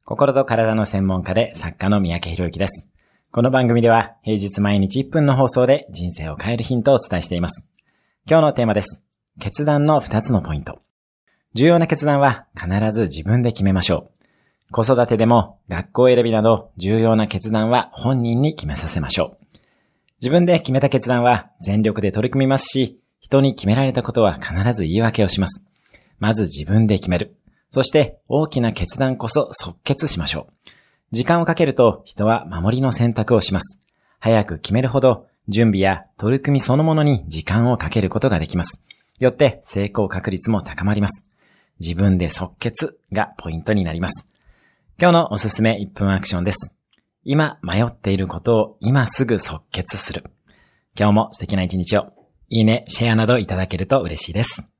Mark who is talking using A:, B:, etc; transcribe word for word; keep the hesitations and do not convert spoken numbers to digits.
A: 心と体の専門家で作家の三宅宏之です。この番組では平日毎日いっぷんの放送で人生を変えるヒントをお伝えしています。今日のテーマです。決断のふたつのポイント。重要な決断は必ず自分で決めましょう。子育てでも学校選びなど重要な決断は本人に決めさせましょう。自分で決めた決断は全力で取り組みますし、人に決められたことは必ず言い訳をします。まず自分で決める。そして大きな決断こそ即決しましょう。時間をかけると人は守りの選択をします。早く決めるほど準備や取り組みそのものに時間をかけることができます。よって成功確率も高まります。自分で即決がポイントになります。今日のおすすめいっぷんアクションです。今迷っていることを今すぐ即決する。今日も素敵な一日を。いいね、シェアなどいただけると嬉しいです。